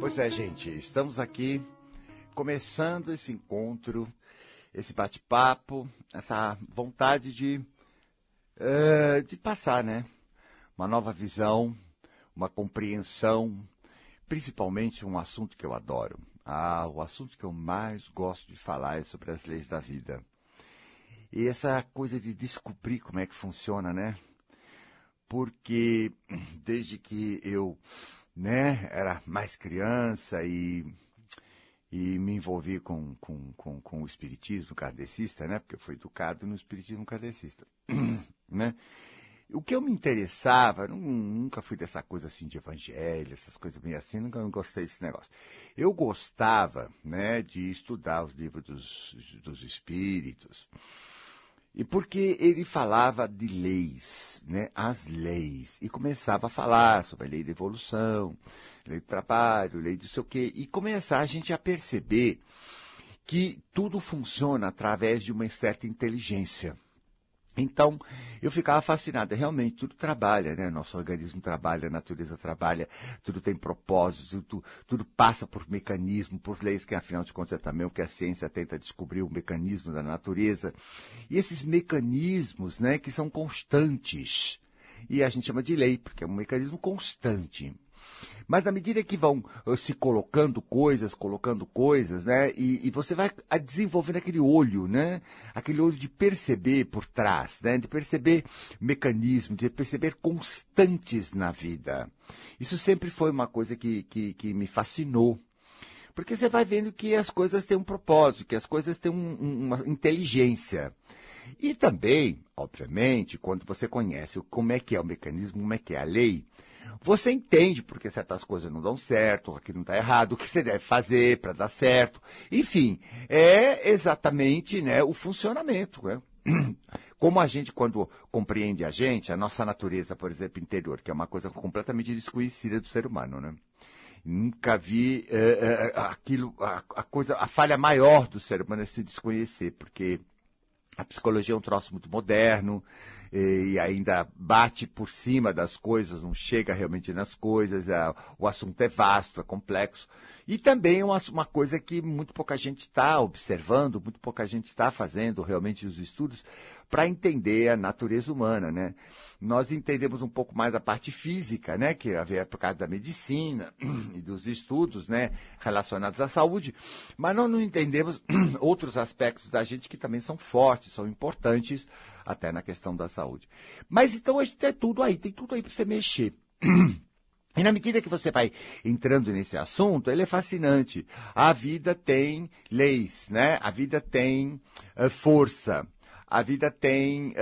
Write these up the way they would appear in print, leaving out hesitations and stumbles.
Pois é, gente, estamos aqui começando esse encontro, esse bate-papo, essa vontade de passar, né? Uma nova visão, uma compreensão, principalmente um assunto que eu adoro. O assunto que eu mais gosto de falar é sobre as leis da vida. E essa coisa de descobrir como é que funciona, né? Porque desde que eu era mais criança e me envolvi com o espiritismo kardecista, né? Porque eu fui educado no espiritismo kardecista, né? O que eu me interessava, nunca fui dessa coisa assim de evangelho, essas coisas bem assim, nunca gostei desse negócio. Eu gostava, né, de estudar os livros dos espíritos, e porque ele falava de leis, né, as leis, e começava a falar sobre a lei da evolução, lei do trabalho, lei do sei o quê, e começar a gente a perceber que tudo funciona através de uma certa inteligência. Então, eu ficava fascinado, realmente, tudo trabalha, né? Nosso organismo trabalha, a natureza trabalha, tudo tem propósito, tudo passa por mecanismo, por leis que, afinal de contas, é também o que a ciência tenta descobrir, o mecanismo da natureza. E esses mecanismos, né, que são constantes, e a gente chama de lei, porque é um mecanismo constante. Mas na medida que vão se colocando coisas, né? E você vai desenvolvendo aquele olho, né? Aquele olho de perceber por trás, né? De perceber mecanismos, de perceber constantes na vida. Isso sempre foi uma coisa que me fascinou. Porque você vai vendo que as coisas têm um propósito, que as coisas têm uma inteligência. E também, obviamente, quando você conhece como é que é o mecanismo, como é que é a lei, você entende porque certas coisas não dão certo, aquilo não está errado, o que você deve fazer para dar certo. Enfim, é exatamente, né, o funcionamento, né? Como a gente, quando compreende a nossa natureza, por exemplo, interior, que é uma coisa completamente desconhecida do ser humano, né? Nunca vi a falha maior do ser humano é se desconhecer, porque a psicologia é um troço muito moderno e ainda bate por cima das coisas, não chega realmente nas coisas, o assunto é vasto, é complexo. E também é uma coisa que muito pouca gente está observando, muito pouca gente está fazendo realmente os estudos para entender a natureza humana, né? Nós entendemos um pouco mais a parte física, né, que é por causa da medicina e dos estudos, né, relacionados à saúde, mas nós não entendemos outros aspectos da gente que também são fortes, são importantes, até na questão da saúde. Mas então a gente tem tudo aí para você mexer. E na medida que você vai entrando nesse assunto, ele é fascinante. A vida tem leis, né? A vida tem força. A vida tem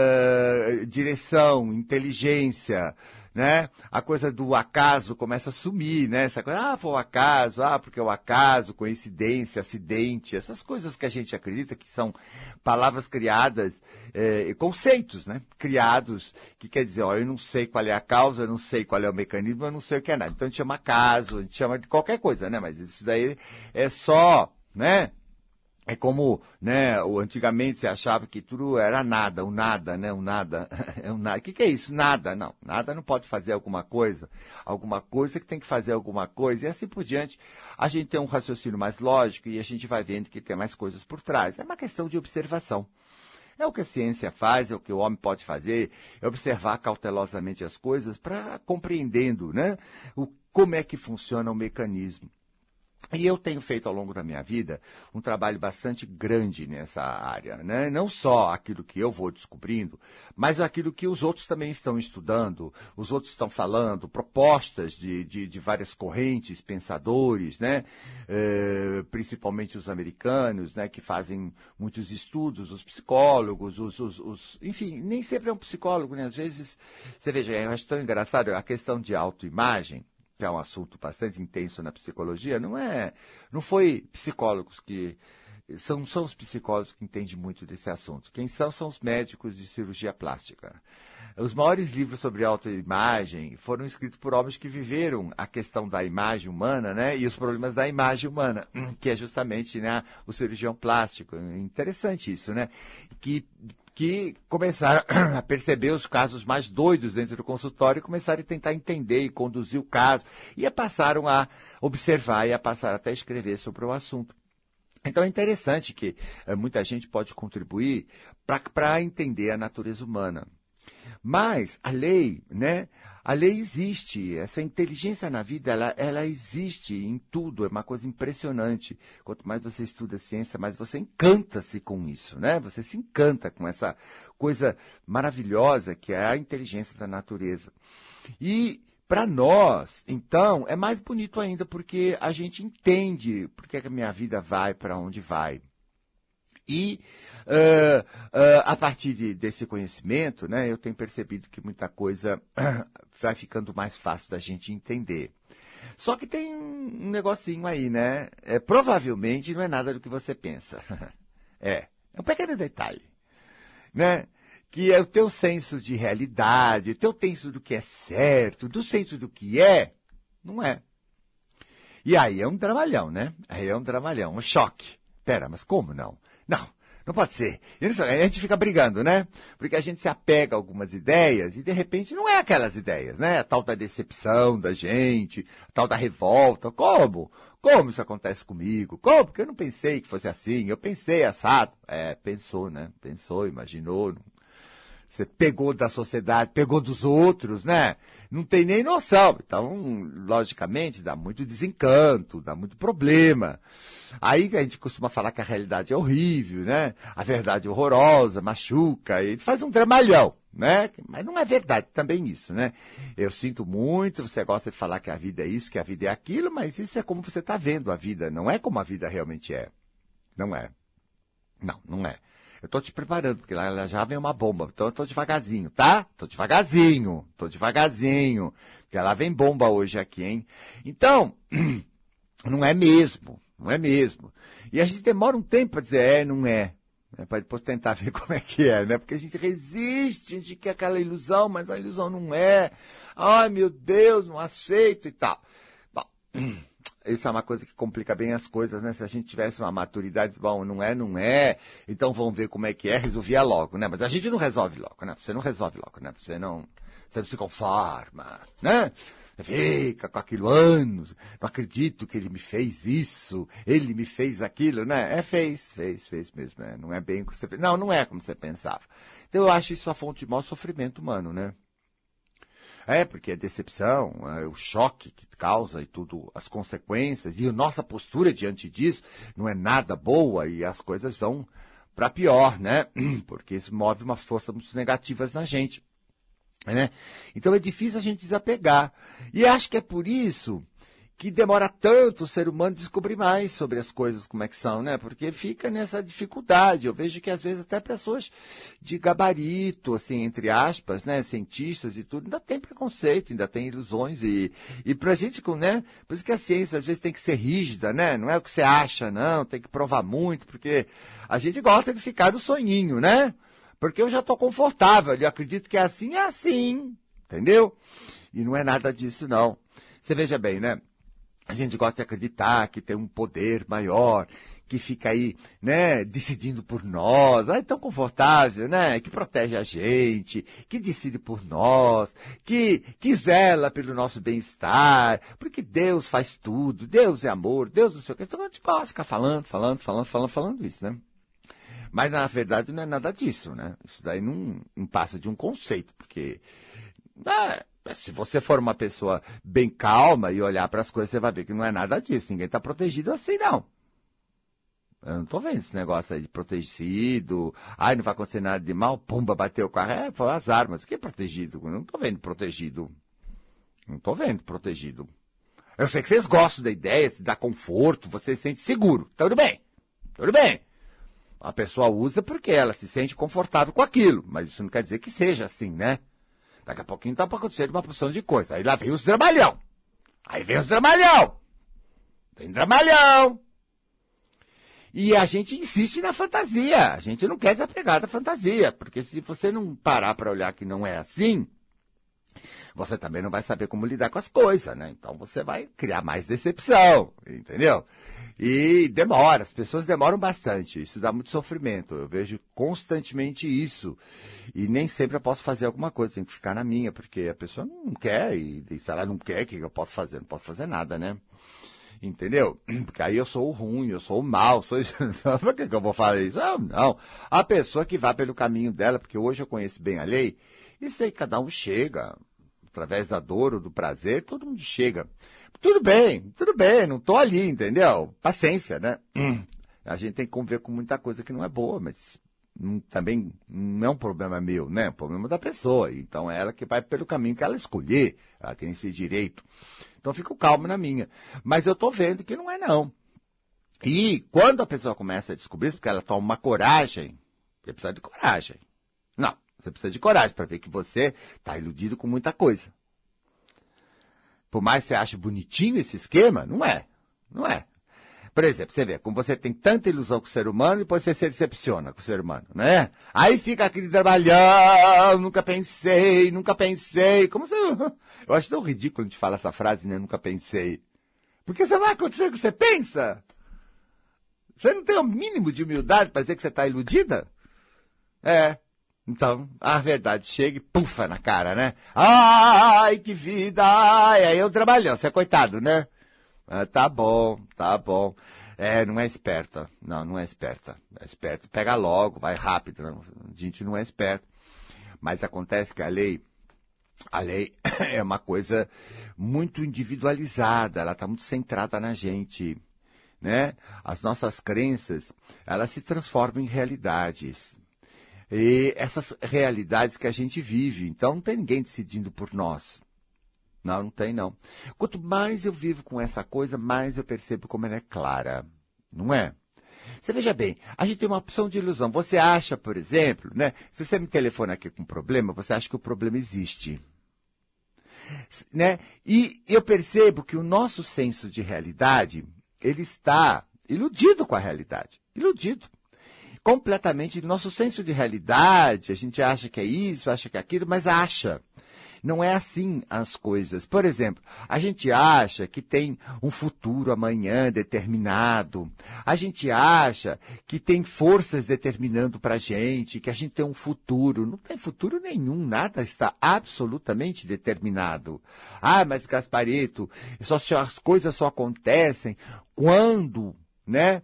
direção, inteligência, né? A coisa do acaso começa a sumir, né? Essa coisa, foi o acaso, porque o acaso, coincidência, acidente, essas coisas que a gente acredita que são palavras criadas, conceitos, né? Criados, que quer dizer, eu não sei qual é a causa, eu não sei qual é o mecanismo, eu não sei o que é nada. Então a gente chama acaso, a gente chama de qualquer coisa, né? Mas isso daí é só, né? É como, né, antigamente se achava que tudo era nada, o nada, né, o nada, é o nada. O que é isso? Nada, não. Nada não pode fazer alguma coisa que tem que fazer alguma coisa, e assim por diante. A gente tem um raciocínio mais lógico e a gente vai vendo que tem mais coisas por trás. É uma questão de observação. É o que a ciência faz, é o que o homem pode fazer, é observar cautelosamente as coisas para compreendendo, né, como é que funciona o mecanismo. E eu tenho feito ao longo da minha vida um trabalho bastante grande nessa área, né? Não só aquilo que eu vou descobrindo, mas aquilo que os outros também estão estudando, os outros estão falando, propostas de várias correntes, pensadores, né? Principalmente os americanos, né? Que fazem muitos estudos, os psicólogos, enfim, nem sempre é um psicólogo, né? Às vezes, você veja, eu acho tão engraçado a questão de autoimagem, que é um assunto bastante intenso na psicologia, não foi psicólogos que... São os psicólogos que entendem muito desse assunto. Quem são os médicos de cirurgia plástica. Os maiores livros sobre autoimagem foram escritos por homens que viveram a questão da imagem humana, né, e os problemas da imagem humana, que é justamente, né, o cirurgião plástico. Interessante isso, né? Que que começaram a perceber os casos mais doidos dentro do consultório e começaram a tentar entender e conduzir o caso. E passaram a observar e a passar até a escrever sobre o assunto. Então é interessante que muita gente pode contribuir para entender a natureza humana. Mas a lei, né? A lei existe, essa inteligência na vida, ela existe em tudo, é uma coisa impressionante. Quanto mais você estuda ciência, mais você encanta-se com isso, né? Você se encanta com essa coisa maravilhosa que é a inteligência da natureza. E para nós, então, é mais bonito ainda, porque a gente entende por que a minha vida vai para onde vai. E, a partir desse conhecimento, né, eu tenho percebido que muita coisa vai ficando mais fácil da gente entender. Só que tem um negocinho aí, né? Provavelmente não é nada do que você pensa. É um pequeno detalhe, né? Que é o teu senso de realidade, o teu senso do que é certo, do senso do que não é. E aí é um dramalhão, né? Aí é um dramalhão, um choque. Pera, mas como não? Não pode ser. A gente fica brigando, né? Porque a gente se apega a algumas ideias e, de repente, não é aquelas ideias, né? A tal da decepção da gente, a tal da revolta. Como? Como isso acontece comigo? Como? Porque eu não pensei que fosse assim. Eu pensei assado. Pensou, né? Pensou, imaginou. Você pegou da sociedade, pegou dos outros, né? Não tem nem noção. Então, logicamente, dá muito desencanto, dá muito problema. Aí a gente costuma falar que a realidade é horrível, né? A verdade é horrorosa, machuca, e faz um dramalhão, né? Mas não é verdade também isso, né? Eu sinto muito, você gosta de falar que a vida é isso, que a vida é aquilo, mas isso é como você está vendo a vida, não é como a vida realmente é. Não é. Não é. Eu estou te preparando, porque lá já vem uma bomba. Então eu estou devagarzinho, tá? Estou devagarzinho. Porque lá vem bomba hoje aqui, hein? Então, não é mesmo. E a gente demora um tempo para dizer, não é. Para depois tentar ver como é que é, né? Porque a gente resiste, a gente quer aquela ilusão, mas a ilusão não é. Ai, meu Deus, não aceito e tal. Bom, isso é uma coisa que complica bem as coisas, né? Se a gente tivesse uma maturidade, bom, não é, então vamos ver como é que é, resolvia logo, né? Mas a gente não resolve logo, né? Você não resolve logo, né? Você não se conforma, né? Você fica com aquilo anos, não acredito que ele me fez isso, ele me fez aquilo, né? Fez mesmo, né? Não é bem o que você... Não é como você pensava. Então eu acho isso a fonte de maior sofrimento humano, né? Porque a decepção, o choque que causa e tudo, as consequências, e a nossa postura diante disso não é nada boa e as coisas vão para pior, né? Porque isso move umas forças muito negativas na gente, né? Então é difícil a gente desapegar. E acho que é por isso que demora tanto o ser humano descobrir mais sobre as coisas, como é que são, né? Porque fica nessa dificuldade. Eu vejo que, às vezes, até pessoas de gabarito, assim, entre aspas, né? Cientistas e tudo, ainda tem preconceito, ainda tem ilusões. E pra gente, né? Por isso que a ciência, às vezes, tem que ser rígida, né? Não é o que você acha, não. Tem que provar muito, porque a gente gosta de ficar no sonhinho, né? Porque eu já estou confortável, eu acredito que é assim, entendeu? E não é nada disso, não. Você veja bem, né? A gente gosta de acreditar que tem um poder maior, que fica aí, né, decidindo por nós, é tão confortável, né, que protege a gente, que decide por nós, que zela pelo nosso bem-estar, porque Deus faz tudo, Deus é amor, Deus não sei o quê. Então a gente gosta de ficar falando isso, né? Mas, na verdade, não é nada disso, né? Isso daí não passa de um conceito, porque... se você for uma pessoa bem calma e olhar para as coisas, você vai ver que não é nada disso. Ninguém está protegido assim, não. Eu não estou vendo esse negócio aí de protegido. Não vai acontecer nada de mal. Pumba, bateu o carro. Foi azar, mas o que é protegido? Eu não estou vendo protegido. Eu sei que vocês gostam da ideia, se dá conforto, você se sente seguro. Tudo bem. A pessoa usa porque ela se sente confortável com aquilo. Mas isso não quer dizer que seja assim, né? Daqui a pouquinho está para acontecer uma porção de coisa. Aí lá vem os dramalhão. Tem dramalhão. E a gente insiste na fantasia. A gente não quer desapegar da fantasia. Porque se você não parar para olhar que não é assim, você também não vai saber como lidar com as coisas, né? Então você vai criar mais decepção, entendeu? E demora, as pessoas demoram bastante, isso dá muito sofrimento, eu vejo constantemente isso. E nem sempre eu posso fazer alguma coisa, tem que ficar na minha, porque a pessoa não quer, e se ela não quer, o que eu posso fazer? Não posso fazer nada, né? Entendeu? Porque aí eu sou o ruim, eu sou o mal, sou isso. Por que eu vou falar isso? Não. A pessoa que vai pelo caminho dela, porque hoje eu conheço bem a lei, isso aí cada um chega, através da dor ou do prazer, todo mundo chega. Tudo bem, não tô ali, entendeu? Paciência, né? A gente tem que conviver com muita coisa que não é boa, mas também não é um problema meu, né? É um problema da pessoa. Então é ela que vai pelo caminho que ela escolher, ela tem esse direito. Então eu fico calmo na minha. Mas eu tô vendo que não é não. E quando a pessoa começa a descobrir isso, porque ela toma uma coragem, você precisa de coragem. Não, você precisa de coragem para ver que você está iludido com muita coisa. Por mais que você ache bonitinho esse esquema, não é. Não é. Por exemplo, você vê, como você tem tanta ilusão com o ser humano, depois você se decepciona com o ser humano, né? Aí fica aquele trabalhão, nunca pensei. Como você... Eu acho tão ridículo a gente falar essa frase, né? Nunca pensei. Porque isso vai acontecer o que você pensa. Você não tem o mínimo de humildade para dizer que você está iludida? Então, a verdade chega e pufa na cara, né? Ai, que vida! Ai, aí eu trabalhando, você é coitado, né? Tá bom. Não é esperta. Não é esperta. É esperto, pega logo, vai rápido. Não. A gente não é esperto. Mas acontece que a lei é uma coisa muito individualizada, ela está muito centrada na gente, né? As nossas crenças, elas se transformam em realidades. E essas realidades que a gente vive, então não tem ninguém decidindo por nós. Não tem não. Quanto mais eu vivo com essa coisa, mais eu percebo como ela é clara, não é? Você veja bem, a gente tem uma opção de ilusão. Você acha, por exemplo, né? Se você me telefona aqui com um problema, você acha que o problema existe. Né? E eu percebo que o nosso senso de realidade, ele está iludido com a realidade. Iludido. Completamente. Nosso senso de realidade, a gente acha que é isso, acha que é aquilo, mas acha. Não é assim as coisas. Por exemplo, a gente acha que tem um futuro amanhã determinado. A gente acha que tem forças determinando para a gente, que a gente tem um futuro. Não tem futuro nenhum, nada está absolutamente determinado. Mas Gasparito, as coisas só acontecem quando, né?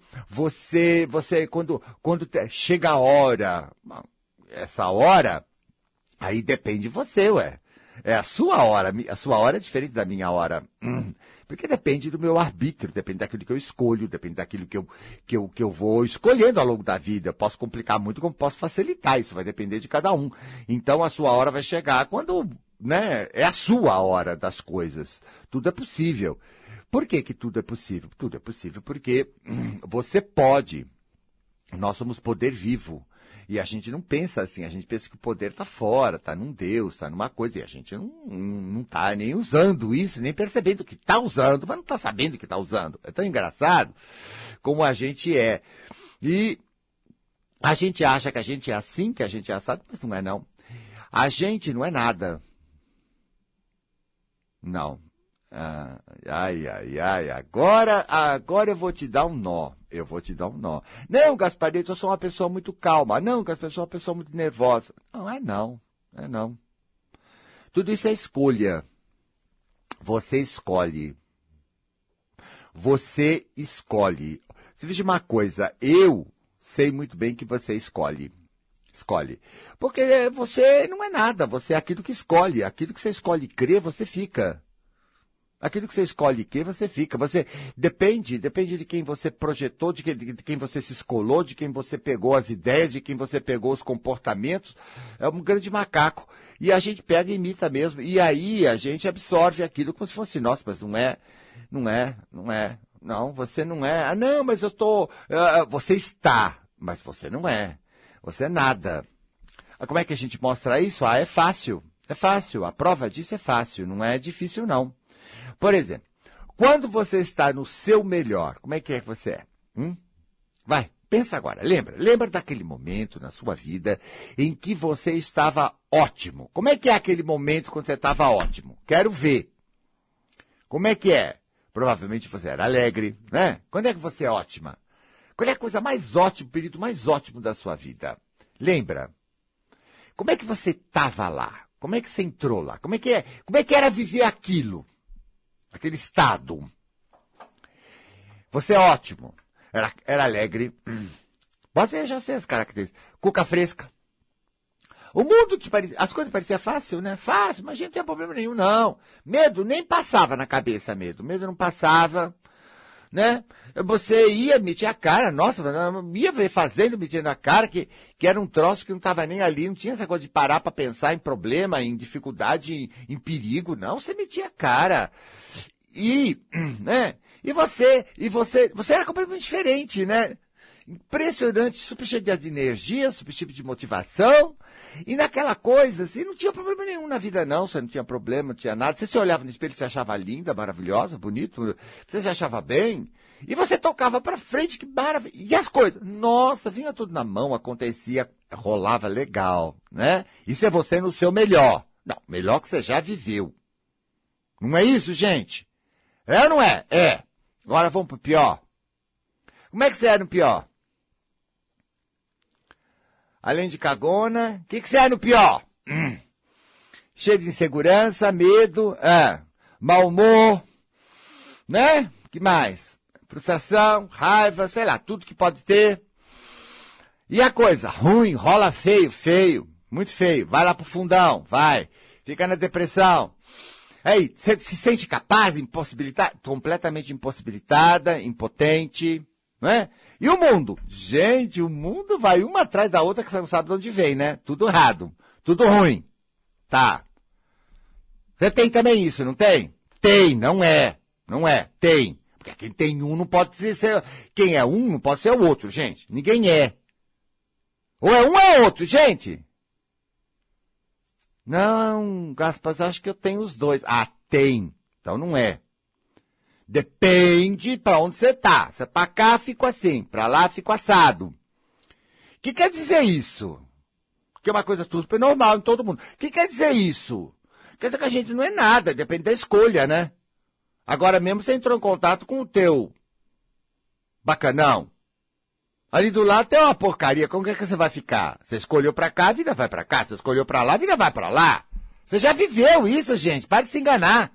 Quando chega a hora, essa hora, aí depende de você, ué. É a sua hora é diferente da minha hora. Porque depende do meu arbítrio, depende daquilo que eu escolho, depende daquilo que eu vou escolhendo ao longo da vida. Eu posso complicar muito, como posso facilitar, isso vai depender de cada um. Então a sua hora vai chegar quando, né, é a sua hora das coisas. Tudo é possível. Por que tudo é possível? Tudo é possível porque você pode. Nós somos poder vivo. E a gente não pensa assim, a gente pensa que o poder está fora, está num Deus, está numa coisa, e a gente não está nem usando isso, nem percebendo que está usando, mas não está sabendo que está usando. É tão engraçado como a gente é. E a gente acha que a gente é assim, que a gente é assado, mas não é não. A gente não é nada. Não. Agora eu vou te dar um nó. Não, Gasparito, eu sou uma pessoa muito calma. Não, Gasparito, eu sou uma pessoa muito nervosa. Não. Tudo isso é escolha. Você escolhe. Você veja uma coisa, eu sei muito bem que você escolhe. Porque você não é nada, você é aquilo que escolhe. Aquilo que você escolhe crer, você fica. Aquilo que você escolhe que você fica. Você depende de quem você projetou, de quem você se escolou, de quem você pegou as ideias, de quem você pegou os comportamentos. É um grande macaco. E a gente pega e imita mesmo. E aí a gente absorve aquilo como se fosse nosso, mas não é. Não, você não é. Não, mas eu estou. Você está, mas você não é. Você é nada. Como é que a gente mostra isso? É fácil. É fácil. A prova disso é fácil. Não é difícil, não. Por exemplo, quando você está no seu melhor, como é que você é? Vai, Pensa agora, lembra daquele momento na sua vida em que você estava ótimo. Como é que é aquele momento quando você estava ótimo? Quero ver. Como é que é? Provavelmente você era alegre, né? Quando é que você é ótima? Qual é a coisa mais ótima, o período mais ótimo da sua vida? Lembra? Como é que você estava lá? Como é que você entrou lá? Como é que era viver aquilo? Aquele estado. Você é ótimo. Era alegre. Pode já ser as características. Cuca fresca. O mundo as coisas pareciam fácil, né? Fácil, mas a gente não tinha problema nenhum, não. Medo nem passava na cabeça, medo. Medo não passava, né? Você ia, metia a cara, nossa, ia fazendo, metendo a cara, que era um troço que não estava nem ali, não tinha essa coisa de parar para pensar em problema, em dificuldade, em perigo, não. Você metia a cara. Né? E você era completamente diferente, né? Impressionante, super cheio de energia, super cheio de motivação. E naquela coisa, assim, não tinha problema nenhum na vida, não. Você não tinha problema, não tinha nada. Você se olhava no espelho, você achava linda, maravilhosa, bonito. Você se achava bem. E você tocava pra frente, que maravilha. E as coisas, nossa, vinha tudo na mão, acontecia, rolava legal, né? Isso é você no seu melhor. Não, melhor que você já viveu. Não é isso, gente? É ou não é? É. Agora vamos pro pior. Como é que você é no pior? Além de cagona, o que você é no pior? Cheio de insegurança, medo, mau humor, né? Que mais? Frustração, raiva, sei lá, tudo que pode ter. E a coisa? Ruim, rola feio, muito feio. Vai lá pro fundão, vai. Fica na depressão. Aí, você se sente capaz, impossibilitada, completamente impossibilitada, impotente, né? E o mundo? Gente, o mundo vai uma atrás da outra que você não sabe de onde vem, né? Tudo errado, tudo ruim. Tá. Você tem também isso, não tem? Tem, não é, tem. Porque quem tem um não pode ser, quem é um não pode ser o outro, gente. Ninguém é. Ou é um ou é outro, gente. Não, Gaspas, acho que eu tenho os dois. Ah, tem. Então não é. Depende para onde você tá. Se é para cá, fico assim. Para lá, fico assado. O que quer dizer isso? Que é uma coisa super normal em todo mundo. O que quer dizer isso? Quer dizer que a gente não é nada, depende da escolha, né? Agora mesmo você entrou em contato com o teu bacanão. Ali do lado tem uma porcaria, como é que você vai ficar? Você escolheu pra cá, a vida vai pra cá. Você escolheu pra lá, a vida vai pra lá. Você já viveu isso, gente. Para de se enganar.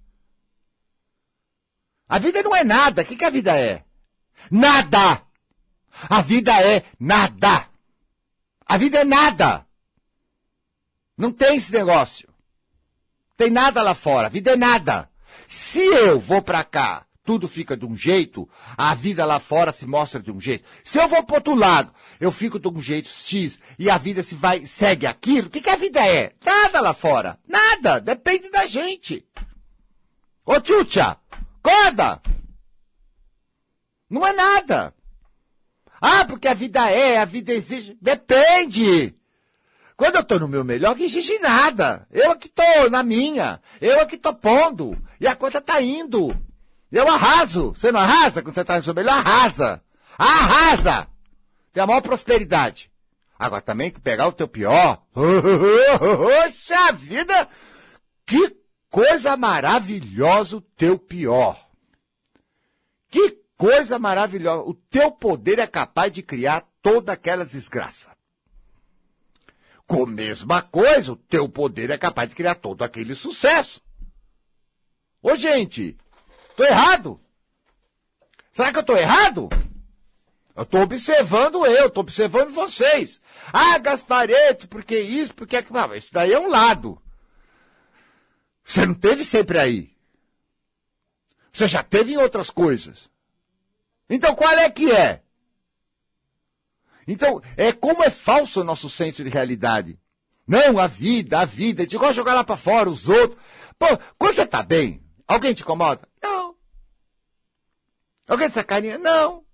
A vida não é nada. O que a vida é? Nada! A vida é nada! A vida é nada! Não tem esse negócio. Tem nada lá fora. A vida é nada. Se eu vou pra cá, tudo fica de um jeito, a vida lá fora se mostra de um jeito. Se eu vou pro outro lado, eu fico de um jeito X e a vida segue aquilo, o que a vida é? Nada lá fora. Nada. Depende da gente. Ô, tchutcha, acorda! Não é nada. Ah, porque a vida exige. Depende. Quando eu tô no meu melhor, não exige nada. Eu aqui tô na minha. Eu aqui tô pondo. E a conta tá indo. Eu arraso. Você não arrasa quando você tá no seu melhor? Arrasa. Arrasa. Tem a maior prosperidade. Agora também que pegar o teu pior. Poxa vida. Que coisa maravilhosa o teu pior. Que coisa maravilhosa. O teu poder é capaz de criar toda aquela desgraça. Com a mesma coisa, o teu poder é capaz de criar todo aquele sucesso. Ô, gente, tô errado? Será que eu tô errado? Eu tô observando tô observando vocês. Ah, Gaspareto, porque isso, porque aquilo. Não, isso daí é um lado. Você não teve sempre aí. Você já teve em outras coisas. Então, qual é que é? Então, como é falso o nosso senso de realidade. Não, a vida, a gente gosta de jogar lá pra fora, os outros. Pô, quando você tá bem, alguém te incomoda? Não. Alguém te sacaneia? Não.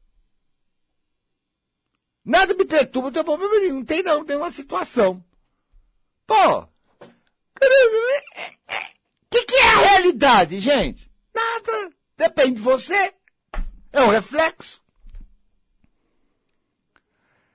Nada me perturba, não tem problema nenhum, não tem não, tem uma situação. Pô, o que é a realidade, gente? Nada, depende de você. É um reflexo.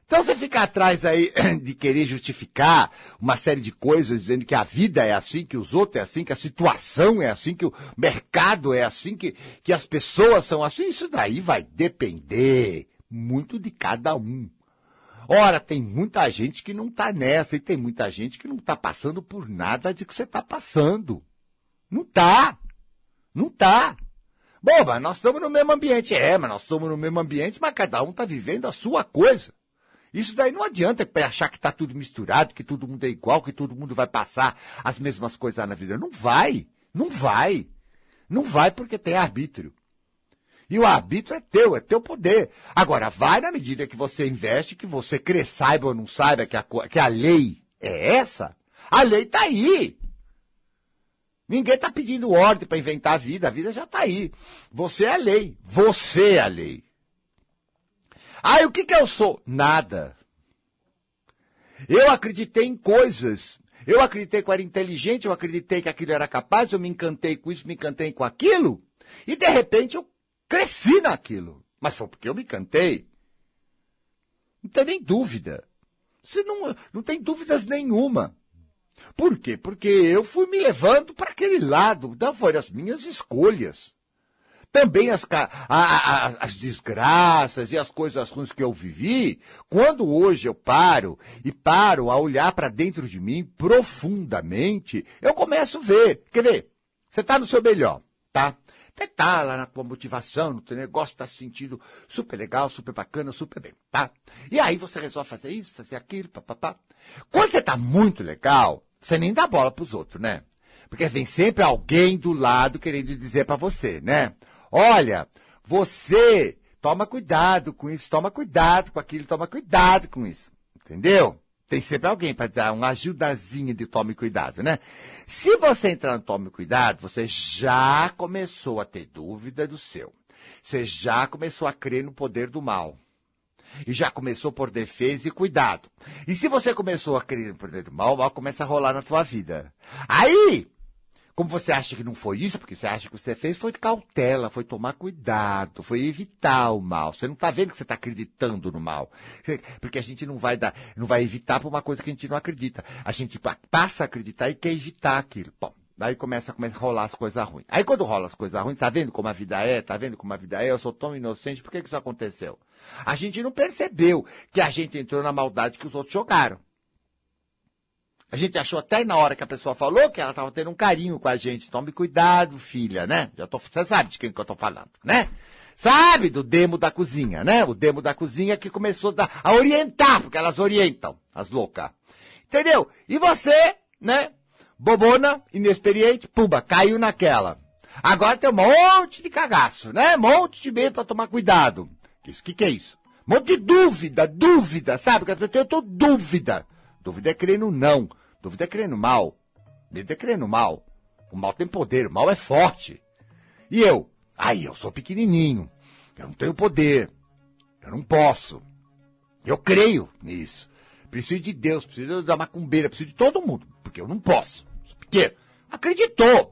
Então você fica atrás aí de querer justificar uma série de coisas, dizendo que a vida é assim, que os outros é assim, que a situação é assim, que o mercado é assim, que as pessoas são assim, isso daí vai depender muito de cada um. Ora, tem muita gente que não está nessa, e tem muita gente que não está passando por nada de que você está passando. Não está. Não está. Bom, mas nós estamos no mesmo ambiente. Mas nós estamos no mesmo ambiente, mas cada um está vivendo a sua coisa. Isso daí não adianta achar que está tudo misturado, que todo mundo é igual, que todo mundo vai passar as mesmas coisas na vida. Não vai. Não vai. Não vai porque tem arbítrio. E o arbítrio é teu poder. Agora, vai na medida que você investe, que você saiba ou não saiba que a lei é essa, a lei está aí. Ninguém está pedindo ordem para inventar a vida já está aí. Você é a lei. Você é a lei. Ah, e o que eu sou? Nada. Eu acreditei em coisas. Eu acreditei que eu era inteligente, eu acreditei que aquilo era capaz, eu me encantei com isso, me encantei com aquilo, e de repente eu cresci naquilo. Mas foi porque eu me encantei. Não tem nem dúvida. Você não tem dúvidas nenhuma. Por quê? Porque eu fui me levando para aquele lado. Então foram as minhas escolhas. Também as desgraças e as coisas ruins que eu vivi, quando hoje eu paro a olhar para dentro de mim profundamente, eu começo a ver. Quer ver? Você está no seu melhor, tá? Até tá lá na tua motivação, no teu negócio, está se sentindo super legal, super bacana, super bem, tá? E aí você resolve fazer isso, fazer aquilo, papapá. Quando você está muito legal, você nem dá bola para os outros, né? Porque vem sempre alguém do lado querendo dizer para você, né? Olha, você toma cuidado com isso, toma cuidado com aquilo, toma cuidado com isso. Entendeu? Tem sempre alguém para dar uma ajudazinha de tome cuidado, né? Se você entrar no tome cuidado, você já começou a ter dúvida do seu. Você já começou a crer no poder do mal. E já começou por defesa e cuidado. E se você começou a crer no poder do mal, o mal começa a rolar na tua vida. Aí, como você acha que não foi isso, porque você acha que você fez, foi de cautela, foi tomar cuidado, foi evitar o mal. Você não está vendo que você está acreditando no mal. Porque a gente não vai evitar por uma coisa que a gente não acredita. A gente passa a acreditar e quer evitar aquilo. Bom, daí começa a rolar as coisas ruins. Aí quando rola as coisas ruins, tá vendo como a vida é? Tá vendo como a vida é? Eu sou tão inocente, por que isso aconteceu? A gente não percebeu que a gente entrou na maldade que os outros jogaram. A gente achou até na hora que a pessoa falou que ela estava tendo um carinho com a gente. Tome cuidado, filha, né? Você sabe de quem que eu estou falando, né? Sabe do demo da cozinha, né? O demo da cozinha que começou a orientar, porque elas orientam, as loucas. Entendeu? E você, né? Bobona, inexperiente, pumba, caiu naquela. Agora tem um monte de cagaço, né? Um monte de medo para tomar cuidado. Isso, que é isso? Um monte de dúvida, sabe? Eu tô dúvida. Dúvida é crer no não. Dúvida é crer no mal. Medo é crer no mal. O mal tem poder, o mal é forte. E eu? Eu sou pequenininho. Eu não tenho poder. Eu não posso. Eu creio nisso. Preciso de Deus, preciso da macumbeira, preciso de todo mundo. Porque eu não posso. Sou pequeno. Acreditou.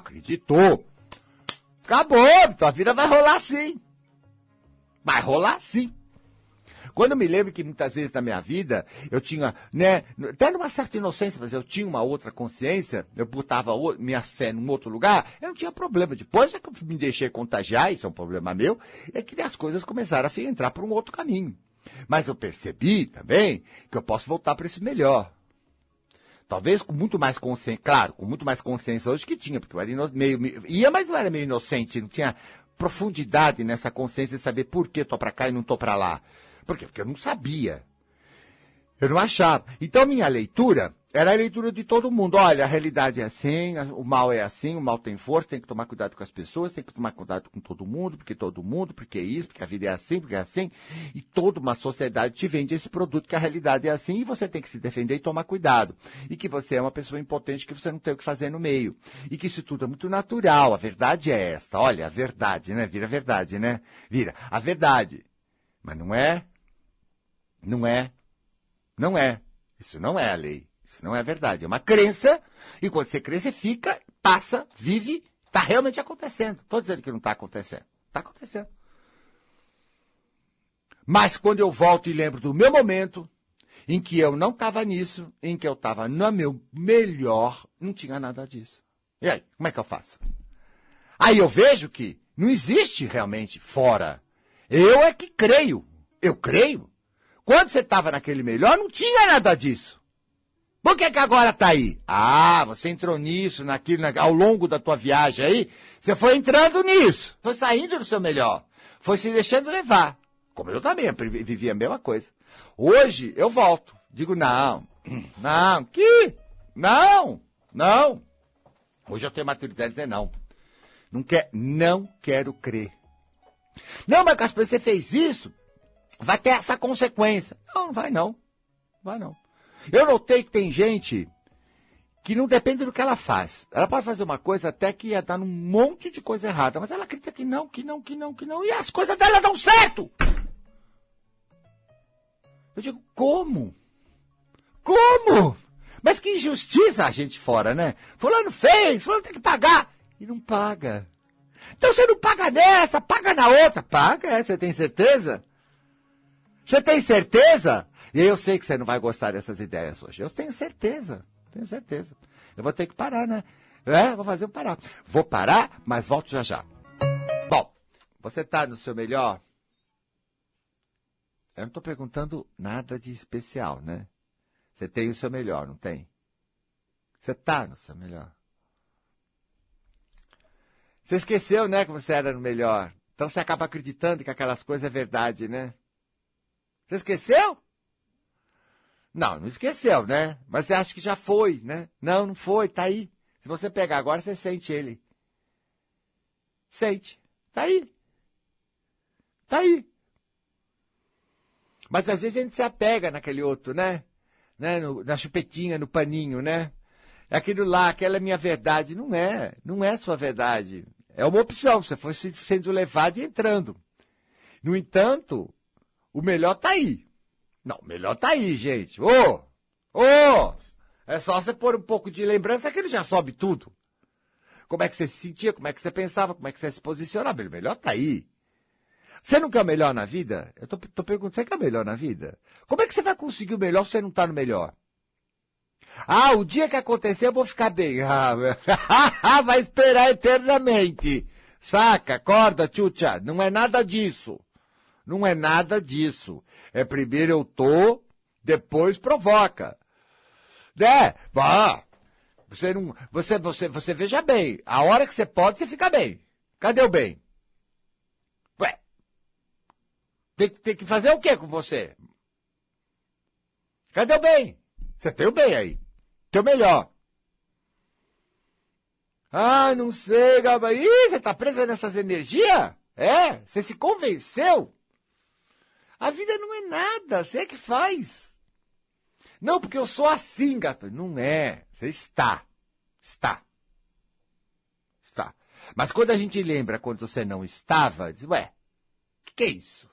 Acabou. Tua vida vai rolar sim. Vai rolar sim. Quando eu me lembro que muitas vezes na minha vida, eu tinha, né, até numa certa inocência, mas eu tinha uma outra consciência, eu botava minha fé num outro lugar, eu não tinha problema. Depois é que eu me deixei contagiar, isso é um problema meu, é que as coisas começaram a entrar por um outro caminho. Mas eu percebi também que eu posso voltar para esse melhor. Talvez com muito mais consciência, claro, com muito mais consciência hoje que tinha, porque eu era mas eu era meio inocente, não tinha profundidade nessa consciência de saber por que estou para cá e não estou para lá. Por quê? Porque eu não sabia. Eu não achava. Então, minha leitura era a leitura de todo mundo. Olha, a realidade é assim, o mal é assim, o mal tem força, tem que tomar cuidado com as pessoas, tem que tomar cuidado com todo mundo, porque é isso, porque a vida é assim. E toda uma sociedade te vende esse produto que a realidade é assim e você tem que se defender e tomar cuidado. E que você é uma pessoa impotente que você não tem o que fazer no meio. E que isso tudo é muito natural. A verdade é esta. Olha, a verdade, né? Vira a verdade, né? Vira a verdade. Mas não é. Não é. Isso não é a lei. Isso não é a verdade. É uma crença. E quando você crê, você fica, passa, vive. Está realmente acontecendo. Estou dizendo que não está acontecendo. Está acontecendo. Mas quando eu volto e lembro do meu momento, em que eu não estava nisso, em que eu estava no meu melhor, não tinha nada disso. E aí, como é que eu faço? Aí eu vejo que não existe realmente fora. Eu é que creio. Eu creio. Quando você estava naquele melhor, não tinha nada disso. Por que agora está aí? Ah, você entrou nisso, naquilo, ao longo da tua viagem aí, você foi entrando nisso, foi saindo do seu melhor, foi se deixando levar. Como eu também vivi a mesma coisa. Hoje eu volto, digo não. Hoje eu tenho maturidade de dizer não. Não quero crer. Não, mas Gaspar, você fez isso, vai ter essa consequência. Não vai não. Vai não. Eu notei que tem gente que não depende do que ela faz. Ela pode fazer uma coisa até que ia dar num monte de coisa errada, mas ela acredita que não, e as coisas dela dão certo. Eu digo, como? Como? Mas que injustiça a gente fora, né? Fulano fez, fulano tem que pagar. E não paga. Então você não paga nessa, paga na outra. Paga, você tem certeza? Você tem certeza? E eu sei que você não vai gostar dessas ideias hoje. Eu tenho certeza. Eu vou ter que parar, né? Vou fazer eu parar. Vou parar, mas volto já já. Bom, você está no seu melhor? Eu não estou perguntando nada de especial, né? Você tem o seu melhor, não tem? Você está no seu melhor. Você esqueceu, né, que você era no melhor. Então você acaba acreditando que aquelas coisas é verdade, né? Você esqueceu? Não esqueceu, né? Mas você acha que já foi, né? Não foi, tá aí. Se você pegar agora, você sente ele. Sente. Tá aí. Mas às vezes a gente se apega naquele outro, né? Na chupetinha, no paninho, né? Aquilo lá, aquela é minha verdade. Não é sua verdade. É uma opção, você foi sendo levado e entrando. No entanto, o melhor tá aí. Não, o melhor tá aí, gente. É só você pôr um pouco de lembrança que ele já sobe tudo. Como é que você se sentia, como é que você pensava, como é que você se posicionava. O melhor tá aí. Você não quer o melhor na vida? Eu tô perguntando, você quer o melhor na vida? Como é que você vai conseguir o melhor se você não tá no melhor? Ah, o dia que acontecer eu vou ficar bem. Vai esperar eternamente. Saca? Acorda, tchutcha. Não é nada disso. É primeiro eu tô, depois provoca. Né? Você veja bem. A hora que você pode, você fica bem. Cadê o bem? Ué. Tem que fazer o quê com você? Cadê o bem? Você tem o bem aí. Teu melhor. Ah, não sei, Gaba. Ih, você tá presa nessas energias? Você se convenceu? A vida não é nada, você é que faz. Não, porque eu sou assim, Gaspar. Não é, você está. Mas quando a gente lembra quando você não estava, diz, ué, o que é isso?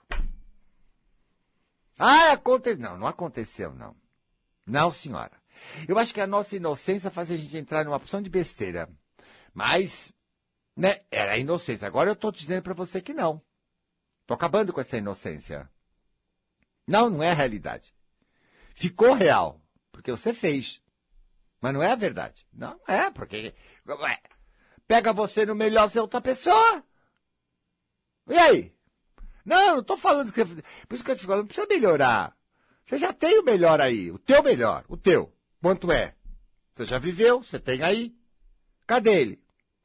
Ah, aconteceu. Não aconteceu, não. Não, senhora. Eu acho que a nossa inocência faz a gente entrar numa opção de besteira. Mas, né, era inocência. Agora eu estou dizendo para você que não. Estou acabando com essa inocência. Não é a realidade. Ficou real, porque você fez. Mas não é a verdade. Não é, porque... pega você no melhor ser outra pessoa. E aí? Não estou falando que você... Por isso que eu te falo, não precisa melhorar. Você já tem o melhor aí, o teu melhor, o teu. Quanto é? Você já viveu, você tem aí. Cadê ele?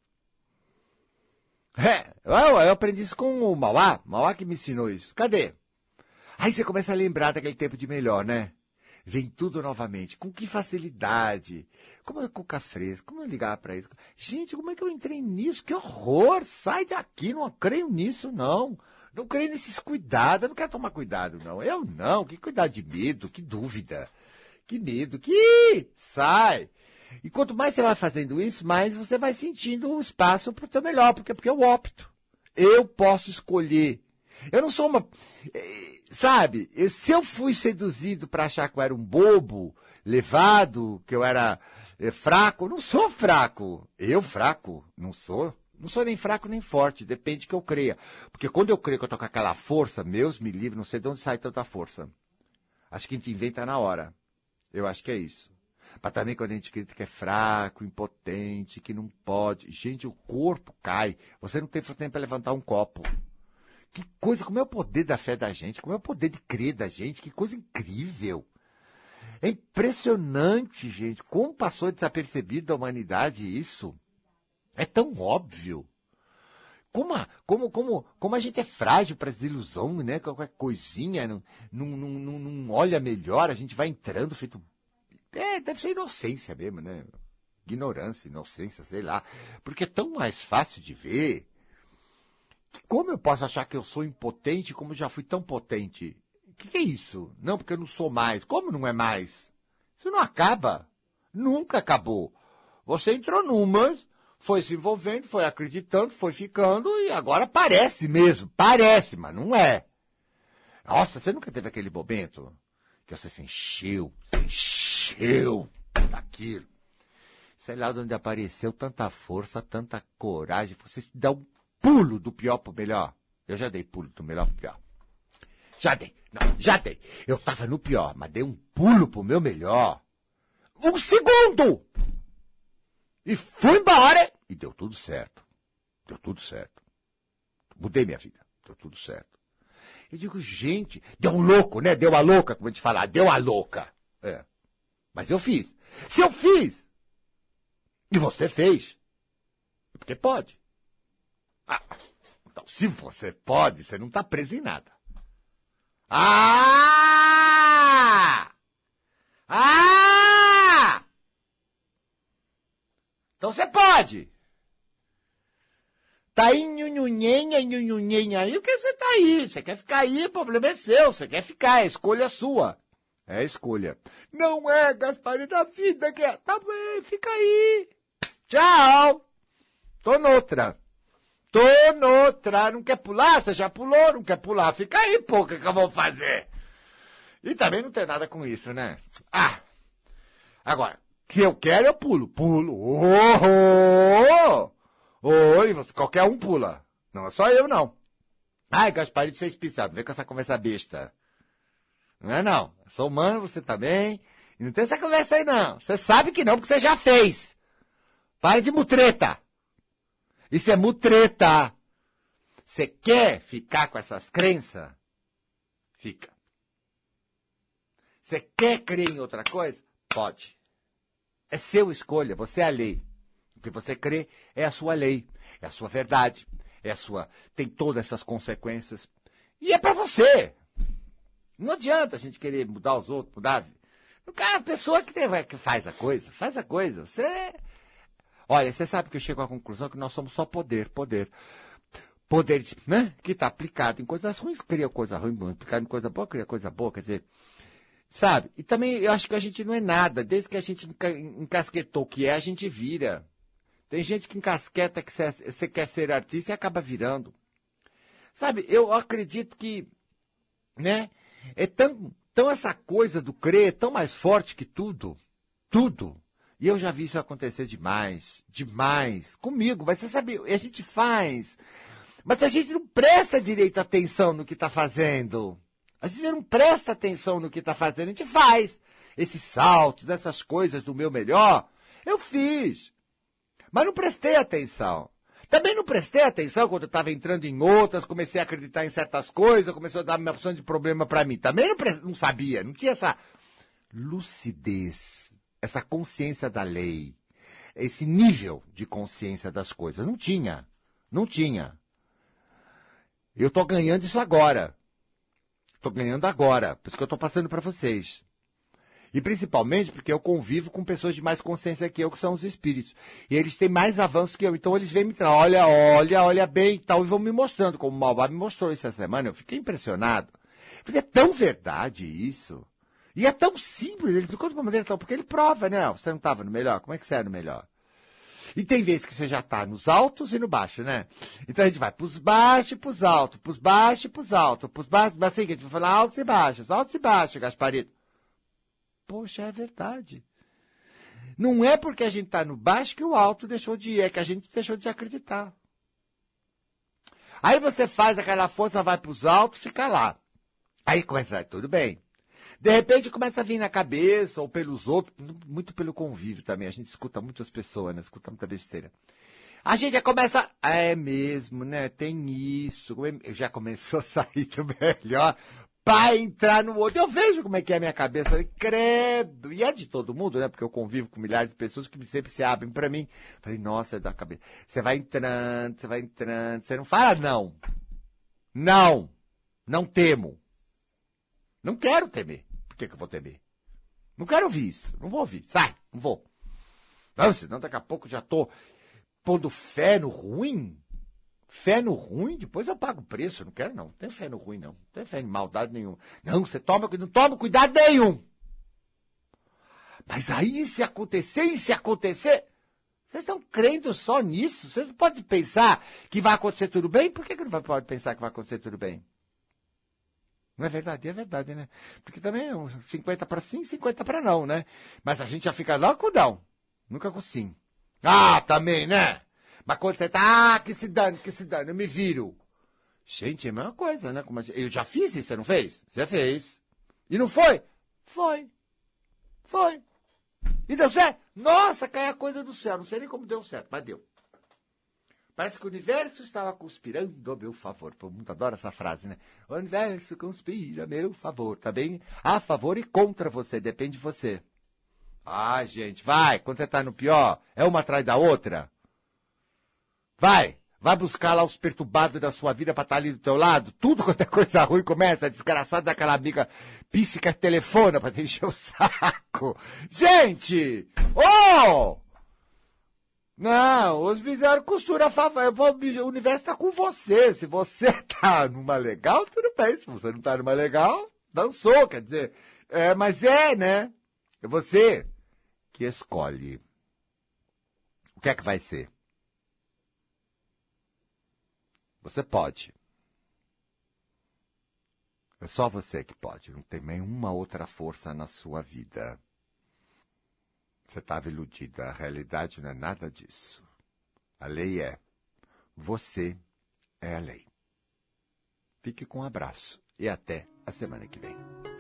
Eu aprendi isso com o Mauá que me ensinou isso. Cadê? Aí você começa a lembrar daquele tempo de melhor, né? Vem tudo novamente. Com que facilidade. Como é cuca fresca. Como eu ligava pra isso? Gente, como é que eu entrei nisso? Que horror! Sai daqui, não creio nisso, não. Não creio nesses cuidados. Eu não quero tomar cuidado, não. Eu não. Que cuidado de medo, que dúvida. Que medo, que... Sai! E quanto mais você vai fazendo isso, mais você vai sentindo um espaço pro teu melhor. Porque eu opto. Eu posso escolher. Eu não sou uma... Sabe, se eu fui seduzido para achar que eu era um bobo, levado, que eu era fraco, eu não sou fraco. Eu fraco? Não sou. Não sou nem fraco nem forte, depende que eu creia. Porque quando eu creio que eu tô com aquela força, Deus me livre, não sei de onde sai tanta força. Acho que a gente inventa na hora. Eu acho que é isso. Mas também quando a gente acredita que é fraco, impotente, que não pode. Gente, o corpo cai. Você não tem tempo para levantar um copo. Que coisa, como é o poder da fé da gente, como é o poder de crer da gente, que coisa incrível. É impressionante, gente, como passou desapercebido da humanidade isso. É tão óbvio. Como a gente é frágil para as ilusões, né? Qualquer coisinha, não olha melhor, a gente vai entrando feito... deve ser inocência mesmo, né? Ignorância, inocência, sei lá. Porque é tão mais fácil de ver. Como eu posso achar que eu sou impotente como já fui tão potente? O que é isso? Não, porque eu não sou mais. Como não é mais? Isso não acaba. Nunca acabou. Você entrou numas, foi se envolvendo, foi acreditando, foi ficando e agora parece mesmo. Parece, mas não é. Nossa, você nunca teve aquele momento que você se encheu daquilo. Sei lá de onde apareceu tanta força, tanta coragem. Você dá um pulo do pior pro melhor. Eu já dei pulo do melhor pro pior. Já dei. Eu tava no pior, mas dei um pulo pro meu melhor. 1 segundo! E fui embora. E deu tudo certo. Mudei minha vida. Deu tudo certo. Eu digo, gente, deu um louco, né? Deu a louca, como a gente fala, deu a louca. É. Mas eu fiz. Se eu fiz, e você fez, é porque pode. Então, se você pode, você não está preso em nada. Então você pode. Tá aí, nhunhunhenha, aí o que você tá aí? Você quer ficar aí, o problema é seu, você quer ficar, é escolha sua. É a escolha. Não é, Gasparito, a vida que é. Tá bem, fica aí. Tchau. Tô noutra. Não quer pular? Você já pulou, não quer pular. Fica aí, pô, o que eu vou fazer? E também não tem nada com isso, né? Agora, se eu quero, eu pulo. Oi, qualquer um pula. Não é só eu, não. Ai, Gasparito, você é especial. Vem com essa conversa besta. Não é, não. Eu sou humano, você também. E não tem essa conversa aí, não. Você sabe que não, porque você já fez. Pare de mutreta. Isso é mutreta. Você quer ficar com essas crenças? Fica. Você quer crer em outra coisa? Pode. É seu escolha, você é a lei. O que você crê é a sua lei, é a sua verdade, é a sua... Tem todas essas consequências. E é para você. Não adianta a gente querer mudar os outros, mudar... O cara, a pessoa que faz a coisa. Você... Olha, você sabe que eu chego à conclusão que nós somos só poder. Poder, né? Que está aplicado em coisas ruins, cria coisa ruim, aplicado em coisa boa, cria coisa boa, quer dizer... Sabe? E também eu acho que a gente não é nada. Desde que a gente encasquetou o que é, a gente vira. Tem gente que encasqueta que você quer ser artista e acaba virando. Sabe? Eu acredito que, né? É tão essa coisa do crer é tão mais forte que tudo. Tudo. E eu já vi isso acontecer demais. Comigo. Mas você sabe, a gente faz. Mas a gente não presta direito atenção no que está fazendo. A gente não presta atenção no que está fazendo, a gente faz. Esses saltos, essas coisas do meu melhor, eu fiz. Mas não prestei atenção. Também não prestei atenção quando eu estava entrando em outras, comecei a acreditar em certas coisas, começou a dar uma opção de problema para mim. Também não sabia, não tinha essa lucidez, essa consciência da lei, esse nível de consciência das coisas. Não tinha. Eu estou ganhando isso agora. Estou ganhando agora, por isso que eu estou passando para vocês. E principalmente porque eu convivo com pessoas de mais consciência que eu, que são os espíritos. E eles têm mais avanço que eu, então eles vêm me dizendo, olha bem e tal, e vão me mostrando, como o Malvá me mostrou isso essa semana, eu fiquei impressionado. Porque é tão verdade isso. E é tão simples, ele ficou de uma maneira tão... Porque ele prova, né? Você não estava no melhor? Como é que você era no melhor? E tem vezes que você já está nos altos e no baixo, né? Então a gente vai pros baixos e pros altos, pros baixos e pros altos, pros baixos, assim que a gente vai falar altos e baixos, Gasparito. Poxa, é verdade. Não é porque a gente está no baixo que o alto deixou de ir, é que a gente deixou de acreditar. Aí você faz aquela força, vai pros altos, fica lá. Aí começa, tudo bem. De repente começa a vir na cabeça, ou pelos outros, muito pelo convívio também. A gente escuta muitas pessoas, né? Escuta muita besteira. A gente já começa, é mesmo, né? Tem isso. Já começou a sair do melhor para entrar no outro. Eu vejo como é que é a minha cabeça. Falei, credo. E é de todo mundo, né? Porque eu convivo com milhares de pessoas que sempre se abrem para mim. Falei, nossa, é da cabeça. Você vai entrando, você não fala não. Não. Não temo. Não quero temer. Por que eu vou temer? Não quero ouvir isso. Não vou ouvir. Sai, não vou. Não, senão daqui a pouco já tô pondo fé no ruim. Fé no ruim, depois eu pago o preço. Eu não quero, não. Não tem fé no ruim, não. Não tem fé em maldade nenhuma. Não, você não toma cuidado nenhum. Mas aí, se acontecer, vocês estão crendo só nisso? Vocês não podem pensar que vai acontecer tudo bem? Por que não pode pensar que vai acontecer tudo bem? Não é verdade? É verdade, né? Porque também é 50 para sim, 50 para não, né? Mas a gente já fica logo com não. Nunca com sim. Ah, também, né? Mas quando você tá, que se dane, eu me viro. Gente, é a mesma coisa, né? Eu já fiz isso, você não fez? Você fez. E não foi? Foi. Foi. E deu certo? Nossa, caiu a coisa do céu. Não sei nem como deu certo, mas deu. Parece que o universo estava conspirando a meu favor. Todo mundo adora essa frase, né? O universo conspira a meu favor. Tá bem? A favor e contra você, depende de você. Ah, gente, vai. Quando você tá no pior, é uma atrás da outra. Vai buscar lá os perturbados da sua vida pra estar ali do teu lado. Tudo quanto é coisa ruim começa, desgraçado daquela amiga psíquica telefona pra te encher o saco. Gente! Oh! Não, os fizeram costura a favor. O universo tá com você. Se você tá numa legal, tudo bem. Se você não tá numa legal, dançou, quer dizer. Mas né? É você que escolhe. O que é que vai ser? Você pode. É só você que pode. Não tem nenhuma outra força na sua vida. Você estava iludida. A realidade não é nada disso. A lei é. Você é a lei. Fique com um abraço. E até a semana que vem.